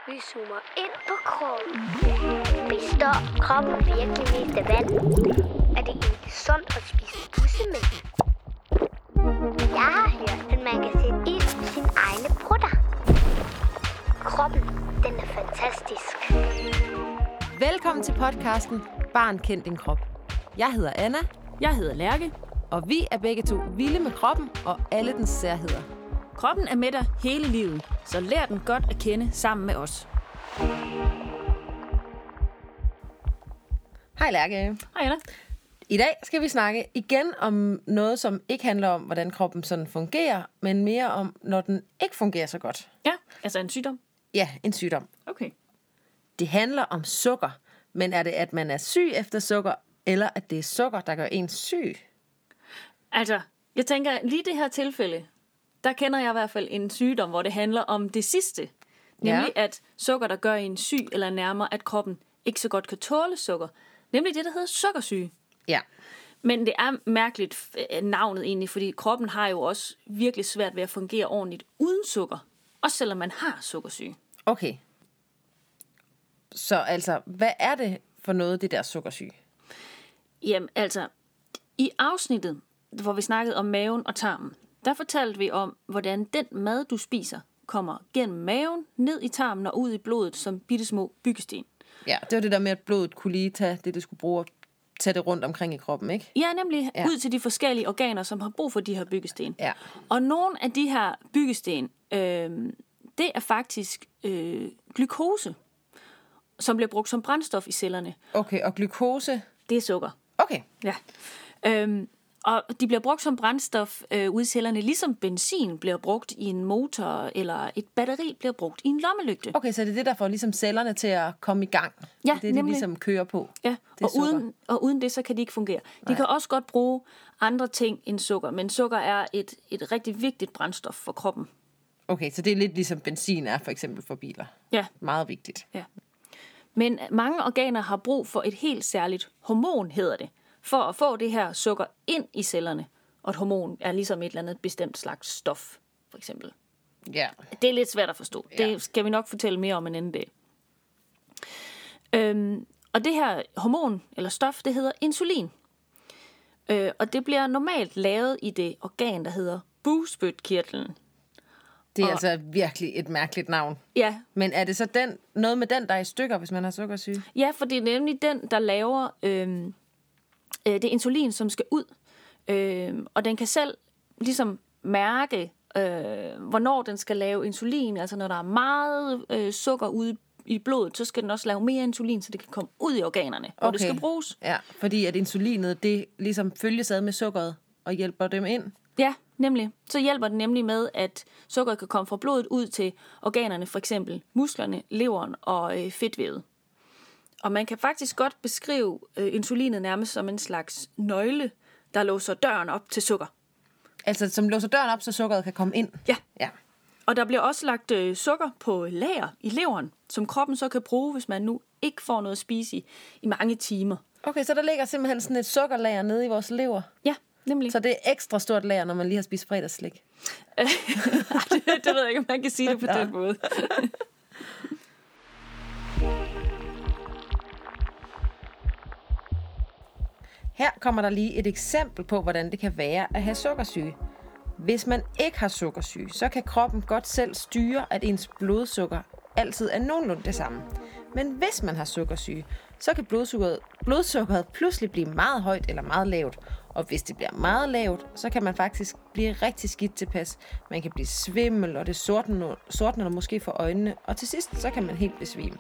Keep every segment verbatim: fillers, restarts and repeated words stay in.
Vi zoomer ind på kroppen. Består kroppen virkelig mest af vand? Er det egentlig sundt at spise bussemænd? Jeg har hørt, at man kan sætte ild på sine egne prutter. Kroppen, den er fantastisk. Velkommen til podcasten Barn kend din krop. Jeg hedder Anna. Jeg hedder Lærke. Og vi er begge to vilde med kroppen og alle dens særheder. Kroppen er med dig hele livet, så lær den godt at kende sammen med os. Hej Lærke. Hej Anna. I dag skal vi snakke igen om noget, som ikke handler om, hvordan kroppen sådan fungerer, men mere om, når den ikke fungerer så godt. Ja, altså en sygdom? Ja, en sygdom. Okay. Det handler om sukker, men er det, at man er syg efter sukker, eller at det er sukker, der gør en syg? Altså, jeg tænker, lige det her tilfælde, der kender jeg i hvert fald en sygdom, hvor det handler om det sidste. Nemlig ja. At sukker, der gør en syg, eller nærmere, at kroppen ikke så godt kan tåle sukker. Nemlig det, der hedder sukkersyge. Ja. Men det er mærkeligt navnet egentlig, fordi kroppen har jo også virkelig svært ved at fungere ordentligt uden sukker. Også selvom man har sukkersyge. Okay. Så altså, hvad er det for noget, det der sukkersyge? Jamen altså, i afsnittet, hvor vi snakkede om maven og tarmen, der fortalte vi om, hvordan den mad, du spiser, kommer gennem maven, ned i tarmen og ud i blodet som bittesmå byggesten. Ja, det var det der med, at blodet kunne lige tage det, det skulle bruge, tage det rundt omkring i kroppen, ikke? Ja, nemlig ja. ud til de forskellige organer, som har brug for de her byggesten. Ja. Og nogle af de her byggesten, øh, det er faktisk øh, glukose, som bliver brugt som brændstof i cellerne. Okay, og glukose? Det er sukker. Okay. Ja. Øhm, og de bliver brugt som brændstof øh, ude i cellerne, ligesom benzin bliver brugt i en motor, eller et batteri bliver brugt i en lommelygte. Okay, så det er det, der får ligesom cellerne til at komme i gang. Ja, det er det, nemlig. de ligesom kører på. Ja, og uden, og uden det, så kan de ikke fungere. De Nej. kan også godt bruge andre ting end sukker, men sukker er et, et rigtig vigtigt brændstof for kroppen. Okay, så det er lidt ligesom benzin er for eksempel for biler. Ja. Meget vigtigt. Ja. Men mange organer har brug for et helt særligt hormon, hedder det, for at få det her sukker ind i cellerne. Og et hormon er ligesom et eller andet bestemt slags stof, for eksempel. Ja. Det er lidt svært at forstå. Ja. Det skal vi nok fortælle mere om en anden dag. Øhm, og det her hormon, eller stof, det hedder insulin. Øh, og det bliver normalt lavet i det organ, der hedder bugspytkirtlen. Det er og, altså virkelig et mærkeligt navn. Ja. Men er det så den, noget med den, der er i stykker, hvis man har sukkersyge? Ja, for det er nemlig den, der laver øh, øh, det insulin, som skal ud. Øh, og den kan selv ligesom mærke, øh, hvornår den skal lave insulin. Altså når der er meget øh, sukker ude i blodet, så skal den også lave mere insulin, så det kan komme ud i organerne, hvor okay. det skal bruges. Ja, fordi at insulinet, det ligesom følges ad med sukkeret og hjælper dem ind. Ja, nemlig. Så hjælper det nemlig med, at sukkeret kan komme fra blodet ud til organerne, for eksempel musklerne, leveren og øh, fedtvævet. Og man kan faktisk godt beskrive øh, insulinet nærmest som en slags nøgle, der låser døren op til sukker. Altså som låser døren op, så sukkeret kan komme ind? Ja. Ja. Og der bliver også lagt øh, sukker på lager i leveren, som kroppen så kan bruge, hvis man nu ikke får noget at spise i, i mange timer. Okay, så der ligger simpelthen sådan et sukkerlager nede i vores lever? Ja, nemlig. Så det er ekstra stort lager, når man lige har spist fredagsslik? det, det ved jeg ikke, om man kan sige det på den måde. Her kommer der lige et eksempel på, hvordan det kan være at have sukkersyge. Hvis man ikke har sukkersyge, så kan kroppen godt selv styre, at ens blodsukker altid er nogenlunde det samme. Men hvis man har sukkersyge, så kan blodsukkeret, blodsukkeret pludselig blive meget højt eller meget lavt. Og hvis det bliver meget lavt, så kan man faktisk blive rigtig skidt tilpas. Man kan blive svimmel, og det sortner, sortner måske for øjnene, og til sidst så kan man helt besvime.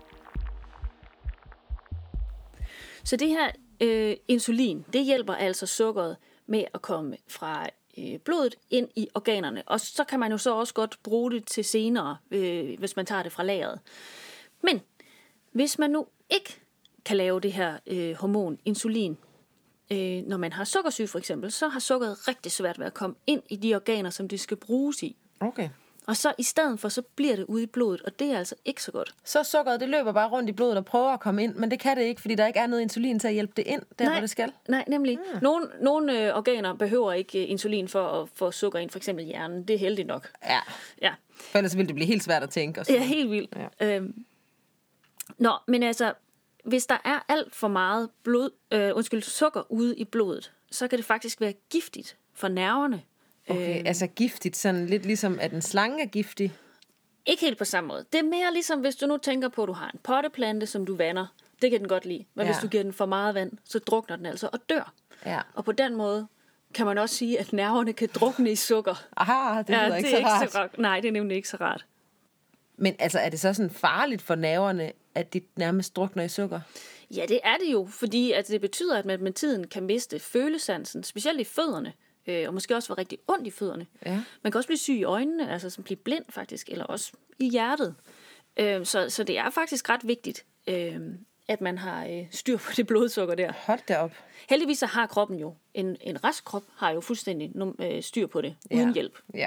Så det her øh, insulin, det hjælper altså sukkeret med at komme fra øh, blodet ind i organerne. Og så kan man jo så også godt bruge det til senere, øh, hvis man tager det fra lageret. Men hvis man nu ikke kan lave det her øh, hormon, insulin, øh, når man har sukkersyge for eksempel, så har sukkeret rigtig svært ved at komme ind i de organer, som det skal bruges i. Okay. Og så i stedet for, så bliver det ude i blodet, og det er altså ikke så godt. Så sukkeret, det løber bare rundt i blodet og prøver at komme ind, men det kan det ikke, fordi der ikke er noget insulin til at hjælpe det ind, der nej, hvor det skal. Nej, nemlig. Mm. Nogle, nogle øh, organer behøver ikke øh, insulin for at få sukker ind, for eksempel hjernen. Det er heldigt nok. Ja. Ja. For ellers ville det blive helt svært at tænke. Og ja, helt vildt. Ja. Øhm. Nå, men altså, hvis der er alt for meget blod, øh, undskyld, sukker ude i blodet, så kan det faktisk være giftigt for nerverne. Okay, øhm. altså giftigt, sådan lidt ligesom, at en slange er giftig? Ikke helt på samme måde. Det er mere ligesom, hvis du nu tænker på, at du har en potteplante, som du vander. Det kan den godt lide. Men ja. hvis du giver den for meget vand, så drukner den altså og dør. Ja. Og på den måde kan man også sige, at nerverne kan drukne i sukker. Aha, det lyder ja, ikke det så rart. Ikke så rart. Nej, det er nemlig ikke så rart. Men altså, er det så sådan farligt for nerverne, at de nærmest drukner i sukker? Ja, det er det jo, fordi at det betyder, at man med tiden kan miste følesansen, specielt i fødderne. Øh, og måske også få rigtig ondt i fødderne. Ja. Man kan også blive syg i øjnene, altså som blive blind faktisk, eller også i hjertet. Øh, så, så det er faktisk ret vigtigt, øh, at man har øh, styr på det blodsukker der. Hold da op. Heldigvis så har kroppen jo, en, en rask krop har jo fuldstændig øh, styr på det, uden ja. hjælp. Ja.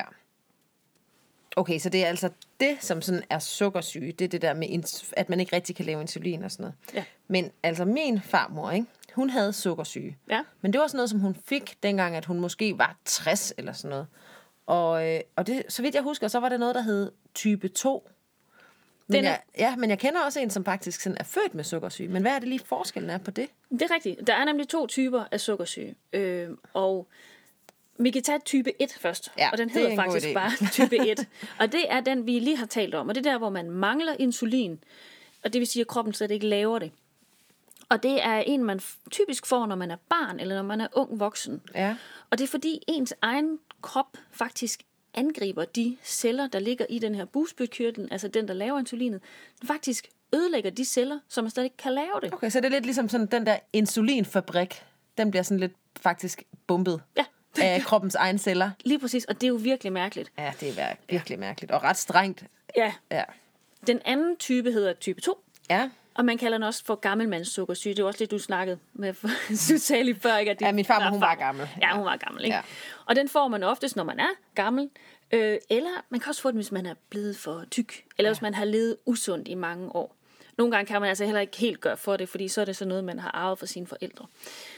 Okay, så det er altså det, som sådan er sukkersyge, det er det der med, at man ikke rigtig kan lave insulin og sådan noget. Ja. Men altså min farmor, ikke? Hun havde sukkersyge. Ja. Men det var sådan noget, som hun fik dengang, at hun måske var tres eller sådan noget. Og, øh, og det, så vidt jeg husker, så var det noget, der hed type to. Men er... jeg, ja, men jeg kender også en, som faktisk sådan er født med sukkersyge. Men hvad er det lige forskellen er på det? Det er rigtigt. Der er nemlig to typer af sukkersyge. Øh, og vi kan tage type et først. Ja, og den hedder faktisk bare type et. Og det er den, vi lige har talt om. Og det er der, hvor man mangler insulin. Og det vil sige, at kroppen slet ikke laver det. Og det er en, man typisk får, når man er barn, eller når man er ung voksen. Ja. Og det er fordi, ens egen krop faktisk angriber de celler, der ligger i den her bugspytkirtel, altså den, der laver insulinet, den faktisk ødelægger de celler, som man stadig ikke kan lave det. Okay, så det er lidt ligesom sådan, den der insulinfabrik, den bliver sådan lidt faktisk bumpet ja. af kroppens egne celler. Lige præcis, og det er jo virkelig mærkeligt. Ja, det er virkelig mærkeligt, og ret strengt. Ja. ja. Den anden type hedder type to. Ja. Og man kalder den også for gammelmandssukkersyge. Det er også lidt, du snakkede med Susanne før. Ikke? At det, ja, min farmor, hun var gammel. Ja, hun var gammel. Ikke? Ja. Og den får man oftest, når man er gammel. Øh, eller man kan også få den, hvis man er blevet for tyk. Eller ja. hvis man har levet usundt i mange år. Nogle gange kan man altså heller ikke helt gøre for det, fordi så er det sådan noget, man har arvet fra sine forældre.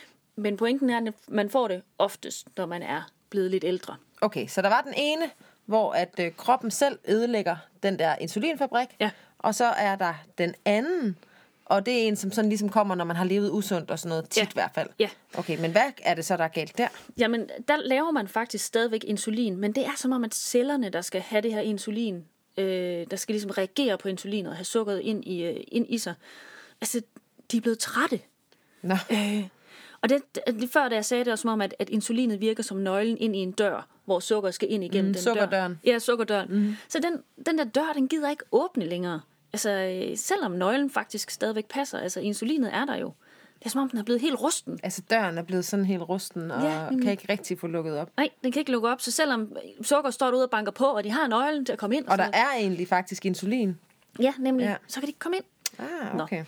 Men pointen er, at man får det oftest, når man er blevet lidt ældre. Okay, så der var den ene, hvor at øh, kroppen selv ødelægger den der insulinfabrik. Ja. Og så er der den anden, og det er en, som sådan ligesom kommer, når man har levet usundt og sådan noget, tit ja. i hvert fald. Ja. Okay, men hvad er det så, der er galt der? Jamen, der laver man faktisk stadigvæk insulin, men det er som om, at cellerne, der skal have det her insulin, øh, der skal ligesom reagere på insulinet og have sukkeret ind i, øh, ind i sig, altså, de er blevet trætte. Nå. Øh, og det, det, før da jeg sagde det også som om, at, at insulinet virker som nøglen ind i en dør, hvor sukker skal ind igennem mm, den sukkerdøren. dør. Ja, sukkerdøren. Mm. Så den, den der dør, den gider ikke åbne længere. Altså, selvom nøglen faktisk stadigvæk passer, altså insulinet er der jo. Det er som om, den er blevet helt rusten. Altså, døren er blevet sådan helt rusten, og ja, kan ikke rigtig få lukket op. Nej, den kan ikke lukke op, så selvom sukker står derude og banker på, og de har nøglen til at komme ind. Og, og der er egentlig faktisk insulin. Ja, nemlig. Ja. Så kan de ikke komme ind. Ah, okay. Nå.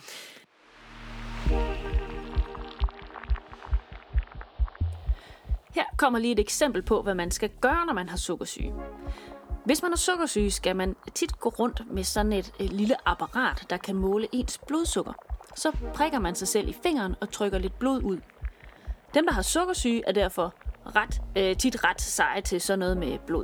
Her kommer lige et eksempel på, hvad man skal gøre, når man har sukkersyge. Hvis man har sukkersyge, skal man tit gå rundt med sådan et, et lille apparat, der kan måle ens blodsukker. Så prikker man sig selv i fingeren og trykker lidt blod ud. Dem, der har sukkersyge, er derfor ret, øh, tit ret seje til sådan noget med blod.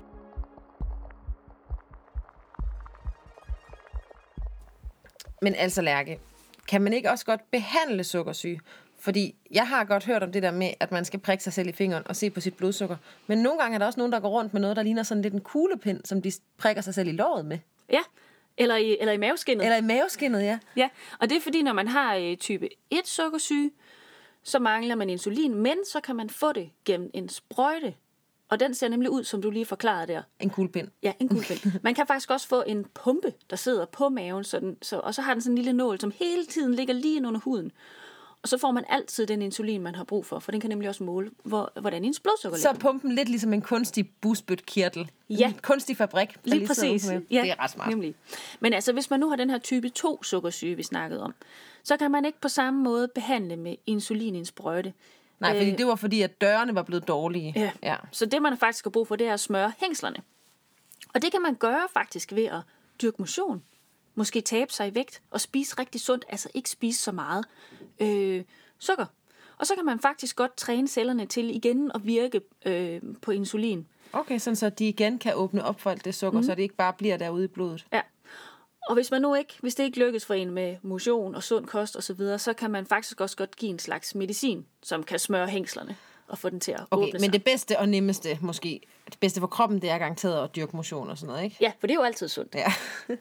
Men altså, Lærke, kan man ikke også godt behandle sukkersyge? Fordi jeg har godt hørt om det der med, at man skal prikke sig selv i fingeren og se på sit blodsukker. Men nogle gange er der også nogen, der går rundt med noget, der ligner sådan lidt en kuglepind, som de prikker sig selv i låret med. Ja, eller i, eller i maveskindet. Eller i maveskindet, ja. Ja, og det er fordi, når man har øh, type et sukkersyge, så mangler man insulin, men så kan man få det gennem en sprøjte. Og den ser nemlig ud, som du lige forklarede der. En kuglepind. Ja, en kuglepind. Man kan faktisk også få en pumpe, der sidder på maven, så den, så, og så har den sådan en lille nål, som hele tiden ligger lige ind under huden. Og så får man altid den insulin, man har brug for, for den kan nemlig også måle, hvor, hvordan ens blodsukker ligger. Så er pumpen lidt ligesom en kunstig bugspytkirtel. Ja. En kunstig fabrik. Lige, lige præcis. Ja, det er ret smart. Nemlig. Men altså, hvis man nu har den her type to sukkersyge, vi snakkede om, så kan man ikke på samme måde behandle med insulin i en sprøjte. Nej, fordi det var fordi, at dørene var blevet dårlige. Ja. ja. Så det, man faktisk har brug for, det er at smøre hængslerne. Og det kan man gøre faktisk ved at dyrke motion. Måske tabe sig i vægt og spise rigtig sundt, altså ikke spise så meget øh, sukker. Og så kan man faktisk godt træne cellerne til igen at virke øh, på insulin. Okay, sådan så de igen kan åbne op for alt det sukker, mm. så det ikke bare bliver derude i blodet. Ja. Og hvis man nu ikke, hvis det ikke lykkes for en med motion og sund kost osv., så, så kan man faktisk også godt give en slags medicin, som kan smøre hængslerne og få den til at okay, åbne sig. Men det bedste og nemmeste måske, det bedste for kroppen, det er garanteret at dyrke motion og sådan noget, ikke? Ja, for det er jo altid sundt. Ja.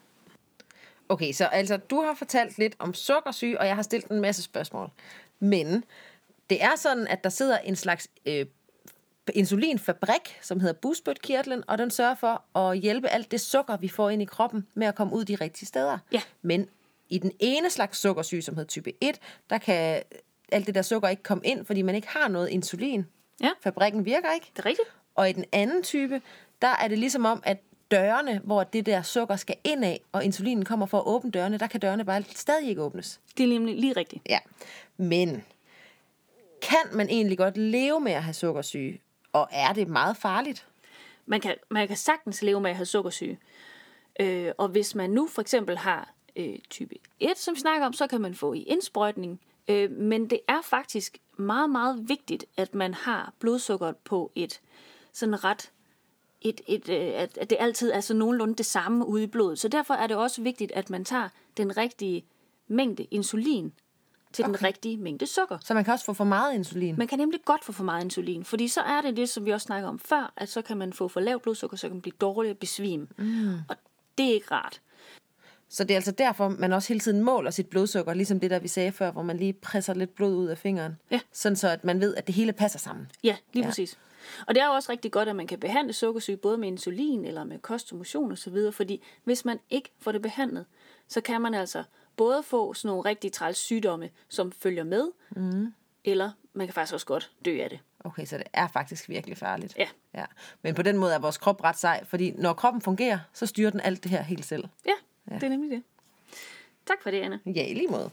Okay, så altså, du har fortalt lidt om sukkersyge, og jeg har stillet en masse spørgsmål. Men det er sådan, at der sidder en slags øh, insulinfabrik, som hedder bugspytkirtlen, og den sørger for at hjælpe alt det sukker, vi får ind i kroppen, med at komme ud de rigtige steder. Ja. Men i den ene slags sukkersyge, som hedder type et, der kan alt det der sukker ikke komme ind, fordi man ikke har noget insulin. Ja. Fabrikken virker ikke. Det er rigtigt. Og i den anden type, der er det ligesom om, at dørene, hvor det der sukker skal ind af, og insulinen kommer for at åbne dørene, der kan dørene bare stadig ikke åbnes. Det er nemlig lige rigtigt. Ja, men kan man egentlig godt leve med at have sukkersyge? Og er det meget farligt? Man kan, man kan sagtens leve med at have sukkersyge. Øh, og hvis man nu for eksempel har øh, type et, som vi snakker om, så kan man få i indsprøjtning. Øh, men det er faktisk meget, meget vigtigt, at man har blodsukkeret på et sådan ret, et, et, øh, at, at det altid er så nogenlunde det samme ude i blodet. Så derfor er det også vigtigt, at man tager den rigtige mængde insulin til okay. den rigtige mængde sukker. Så man kan også få for meget insulin? Man kan nemlig godt få for meget insulin, fordi så er det det, som vi også snakker om før, at så kan man få for lavt blodsukker, så kan man blive dårlig og besvime. Mm. Og det er ikke rart. Så det er altså derfor, man også hele tiden måler sit blodsukker, ligesom det der, vi sagde før, hvor man lige presser lidt blod ud af fingeren. Ja. Sådan så, at man ved, at det hele passer sammen. Ja, lige ja. præcis. Og det er jo også rigtig godt, at man kan behandle sukkersyge, både med insulin eller med kost og motion osv., fordi hvis man ikke får det behandlet, så kan man altså både få sådan nogle rigtig træls sygdomme, som følger med, mm. eller man kan faktisk også godt dø af det. Okay, så det er faktisk virkelig farligt. Ja. ja. Men på den måde er vores krop ret sej, fordi når kroppen fungerer, så styrer den alt det her helt selv. Ja, ja. Det er nemlig det. Tak for det, Anna. Ja, i lige måde.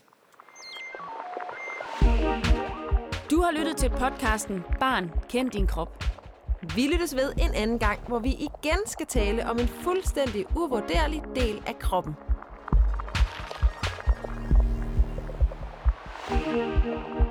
Du har lyttet til podcasten Barn, kend din krop. Vi lyttes ved en anden gang, hvor vi igen skal tale om en fuldstændig uvurderlig del af kroppen. Thank you.